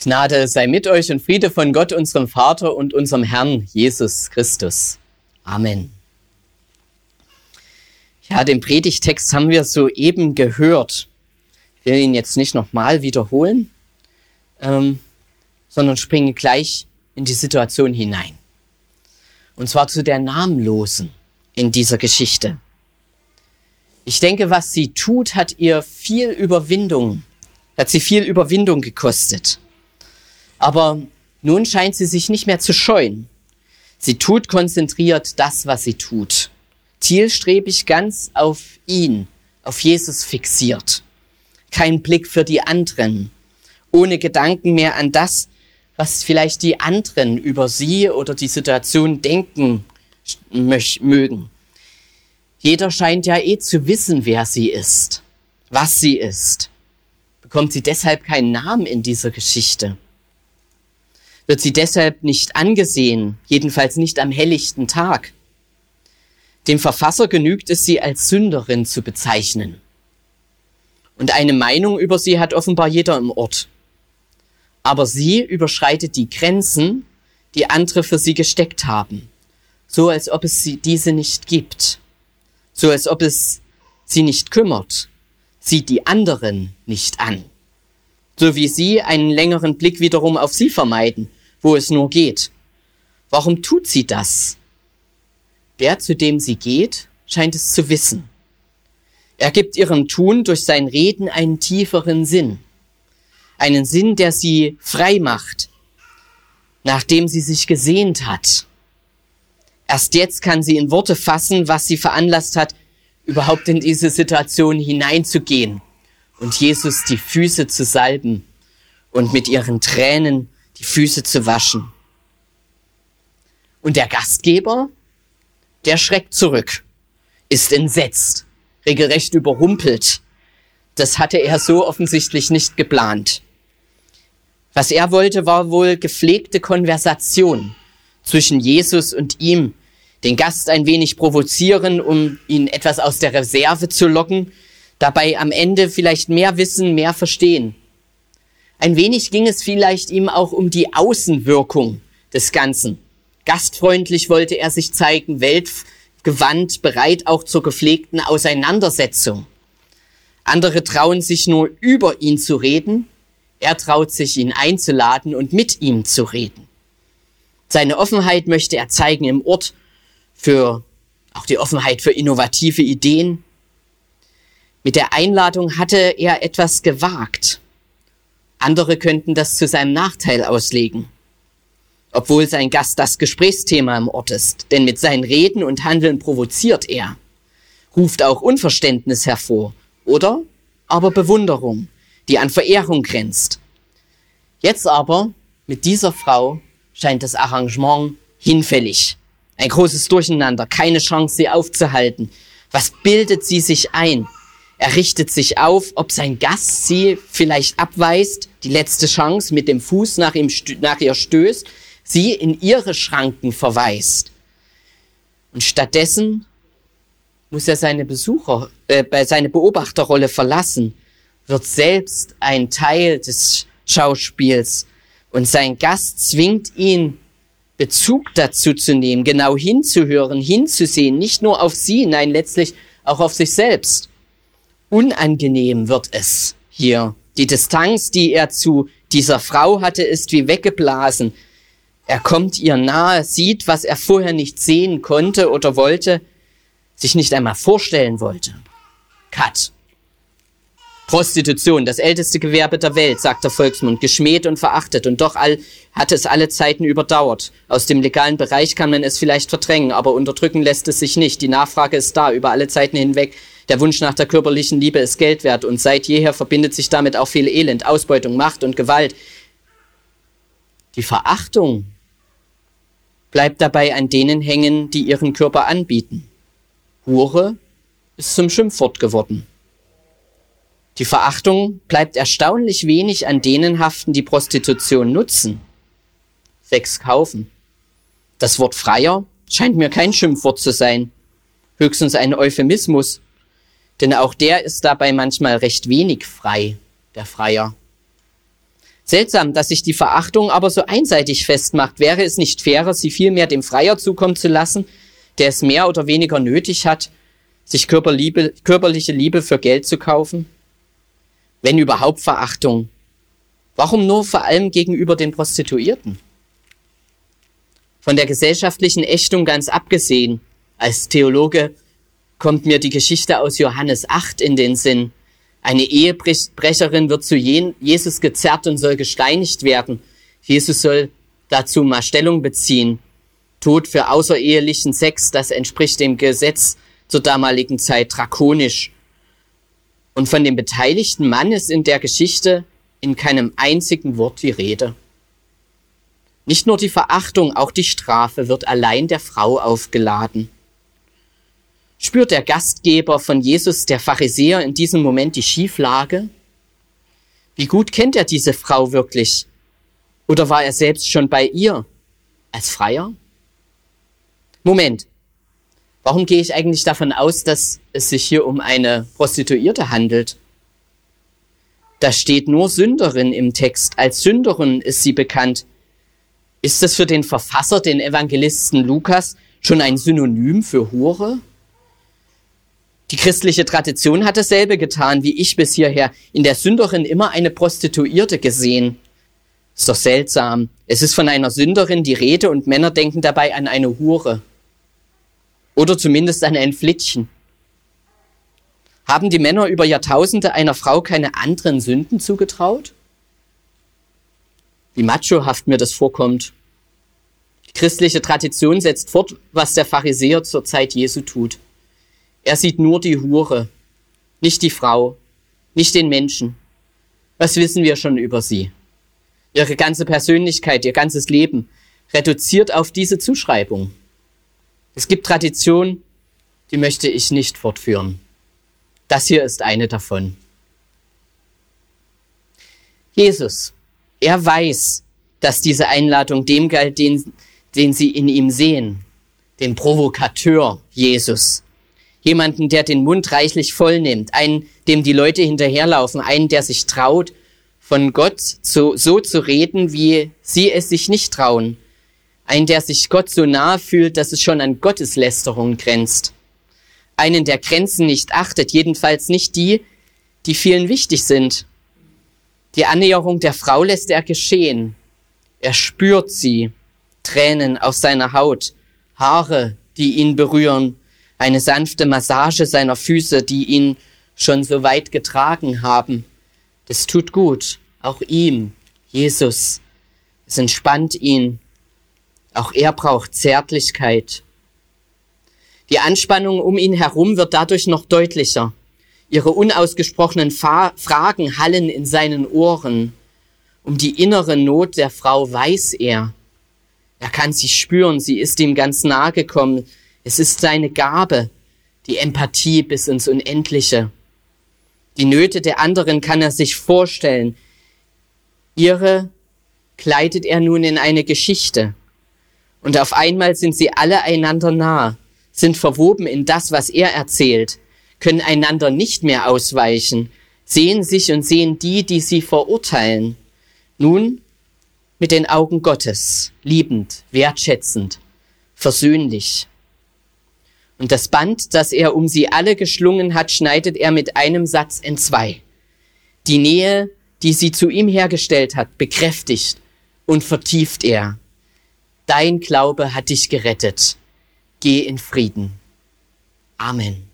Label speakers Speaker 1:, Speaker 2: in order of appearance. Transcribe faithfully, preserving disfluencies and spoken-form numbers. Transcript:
Speaker 1: Gnade sei mit euch und Friede von Gott, unserem Vater und unserem Herrn Jesus Christus. Amen. Ja, den Predigtext haben wir soeben gehört. Ich will ihn jetzt nicht nochmal wiederholen, ähm, sondern springe gleich in die Situation hinein. Und zwar zu der Namenlosen in dieser Geschichte. Ich denke, was sie tut, hat ihr viel Überwindung, hat sie viel Überwindung gekostet. Aber nun scheint sie sich nicht mehr zu scheuen. Sie tut konzentriert das, was sie tut. Zielstrebig ganz auf ihn, auf Jesus fixiert. Kein Blick für die anderen. Ohne Gedanken mehr an das, was vielleicht die anderen über sie oder die Situation denken mögen. Jeder scheint ja eh zu wissen, wer sie ist, was sie ist. Bekommt sie deshalb keinen Namen in dieser Geschichte? Wird sie deshalb nicht angesehen, jedenfalls nicht am helllichten Tag? Dem Verfasser genügt es, sie als Sünderin zu bezeichnen. Und eine Meinung über sie hat offenbar jeder im Ort. Aber sie überschreitet die Grenzen, die andere für sie gesteckt haben, so als ob es sie diese nicht gibt, so als ob es sie nicht kümmert, sieht die anderen nicht an. So wie sie einen längeren Blick wiederum auf sie vermeiden, wo es nur geht. Warum tut sie das? Der, zu dem sie geht, scheint es zu wissen. Er gibt ihrem Tun durch sein Reden einen tieferen Sinn. Einen Sinn, der sie frei macht, nachdem sie sich gesehnt hat. Erst jetzt kann sie in Worte fassen, was sie veranlasst hat, überhaupt in diese Situation hineinzugehen und Jesus die Füße zu salben und mit ihren Tränen die Füße zu waschen. Und der Gastgeber, der schreckt zurück, ist entsetzt, regelrecht überrumpelt. Das hatte er so offensichtlich nicht geplant. Was er wollte, war wohl gepflegte Konversation zwischen Jesus und ihm, den Gast ein wenig provozieren, um ihn etwas aus der Reserve zu locken, dabei am Ende vielleicht mehr wissen, mehr verstehen. Ein wenig ging es vielleicht ihm auch um die Außenwirkung des Ganzen. Gastfreundlich wollte er sich zeigen, weltgewandt, bereit auch zur gepflegten Auseinandersetzung. Andere trauen sich nur über ihn zu reden, er traut sich, ihn einzuladen und mit ihm zu reden. Seine Offenheit möchte er zeigen im Ort, für auch die Offenheit für innovative Ideen. Mit der Einladung hatte er etwas gewagt. Andere könnten das zu seinem Nachteil auslegen, obwohl sein Gast das Gesprächsthema im Ort ist. Denn mit seinen Reden und Handeln provoziert er, ruft auch Unverständnis hervor oder aber Bewunderung, die an Verehrung grenzt. Jetzt aber, mit dieser Frau, scheint das Arrangement hinfällig. Ein großes Durcheinander, keine Chance, sie aufzuhalten. Was bildet sie sich ein? Er richtet sich auf, ob sein Gast sie vielleicht abweist, die letzte Chance mit dem Fuß nach, ihm, nach ihr stößt, sie in ihre Schranken verweist. Und stattdessen muss er seine Besucher, äh, seine Beobachterrolle verlassen, wird selbst ein Teil des Schauspiels und sein Gast zwingt ihn, Bezug dazu zu nehmen, genau hinzuhören, hinzusehen, nicht nur auf sie, nein, letztlich auch auf sich selbst. Unangenehm wird es hier. Die Distanz, die er zu dieser Frau hatte, ist wie weggeblasen. Er kommt ihr nahe, sieht, was er vorher nicht sehen konnte oder wollte, sich nicht einmal vorstellen wollte. Cut. Prostitution, das älteste Gewerbe der Welt, sagt der Volksmund, geschmäht und verachtet und doch all, hat es alle Zeiten überdauert. Aus dem legalen Bereich kann man es vielleicht verdrängen, aber unterdrücken lässt es sich nicht. Die Nachfrage ist da, über alle Zeiten hinweg. Der Wunsch nach der körperlichen Liebe ist Geld wert und seit jeher verbindet sich damit auch viel Elend, Ausbeutung, Macht und Gewalt. Die Verachtung bleibt dabei an denen hängen, die ihren Körper anbieten. Hure ist zum Schimpfwort geworden. Die Verachtung bleibt erstaunlich wenig an denen haften, die Prostitution nutzen. Sex kaufen. Das Wort Freier scheint mir kein Schimpfwort zu sein, höchstens ein Euphemismus, denn auch der ist dabei manchmal recht wenig frei, der Freier. Seltsam, dass sich die Verachtung aber so einseitig festmacht. Wäre es nicht fairer, sie vielmehr dem Freier zukommen zu lassen, der es mehr oder weniger nötig hat, sich Körperliebe, körperliche Liebe für Geld zu kaufen? Wenn überhaupt Verachtung, warum nur vor allem gegenüber den Prostituierten? Von der gesellschaftlichen Ächtung ganz abgesehen, als Theologe kommt mir die Geschichte aus Johannes acht in den Sinn. Eine Ehebrecherin wird zu Jesus gezerrt und soll gesteinigt werden. Jesus soll dazu mal Stellung beziehen. Tod für außerehelichen Sex, das entspricht dem Gesetz zur damaligen Zeit drakonisch. Und von dem beteiligten Mann ist in der Geschichte in keinem einzigen Wort die Rede. Nicht nur die Verachtung, auch die Strafe wird allein der Frau aufgeladen. Spürt der Gastgeber von Jesus, der Pharisäer, in diesem Moment die Schieflage? Wie gut kennt er diese Frau wirklich? Oder war er selbst schon bei ihr als Freier? Moment, warum gehe ich eigentlich davon aus, dass es sich hier um eine Prostituierte handelt? Da steht nur Sünderin im Text. Als Sünderin ist sie bekannt. Ist das für den Verfasser, den Evangelisten Lukas, schon ein Synonym für Hure? Die christliche Tradition hat dasselbe getan, wie ich bis hierher. In der Sünderin immer eine Prostituierte gesehen. Ist doch seltsam. Es ist von einer Sünderin die Rede und Männer denken dabei an eine Hure. Oder zumindest an ein Flittchen. Haben die Männer über Jahrtausende einer Frau keine anderen Sünden zugetraut? Wie machohaft mir das vorkommt. Die christliche Tradition setzt fort, was der Pharisäer zur Zeit Jesu tut. Er sieht nur die Hure, nicht die Frau, nicht den Menschen. Was wissen wir schon über sie? Ihre ganze Persönlichkeit, ihr ganzes Leben reduziert auf diese Zuschreibung. Es gibt Traditionen, die möchte ich nicht fortführen. Das hier ist eine davon. Jesus, er weiß, dass diese Einladung dem galt, den, den sie in ihm sehen, den Provokateur Jesus. Jemanden, der den Mund reichlich voll nimmt, einen, dem die Leute hinterherlaufen, einen, der sich traut, von Gott zu, so zu reden, wie sie es sich nicht trauen. Einen, der sich Gott so nahe fühlt, dass es schon an Gotteslästerung grenzt. Einen, der Grenzen nicht achtet, jedenfalls nicht die, die vielen wichtig sind. Die Annäherung der Frau lässt er geschehen. Er spürt sie, Tränen auf seiner Haut, Haare, die ihn berühren, eine sanfte Massage seiner Füße, die ihn schon so weit getragen haben. Das tut gut, auch ihm, Jesus. Es entspannt ihn. Auch er braucht Zärtlichkeit. Die Anspannung um ihn herum wird dadurch noch deutlicher. Ihre unausgesprochenen Fa- Fragen hallen in seinen Ohren. Um die innere Not der Frau weiß er. Er kann sie spüren, sie ist ihm ganz nahe gekommen. Es ist seine Gabe, die Empathie bis ins Unendliche. Die Nöte der anderen kann er sich vorstellen. Ihre kleidet er nun in eine Geschichte. Und auf einmal sind sie alle einander nah, sind verwoben in das, was er erzählt, können einander nicht mehr ausweichen, sehen sich und sehen die, die sie verurteilen. Nun mit den Augen Gottes, liebend, wertschätzend, versöhnlich. Und das Band, das er um sie alle geschlungen hat, schneidet er mit einem Satz entzwei. Die Nähe, die sie zu ihm hergestellt hat, bekräftigt und vertieft er. Dein Glaube hat dich gerettet. Geh in Frieden. Amen.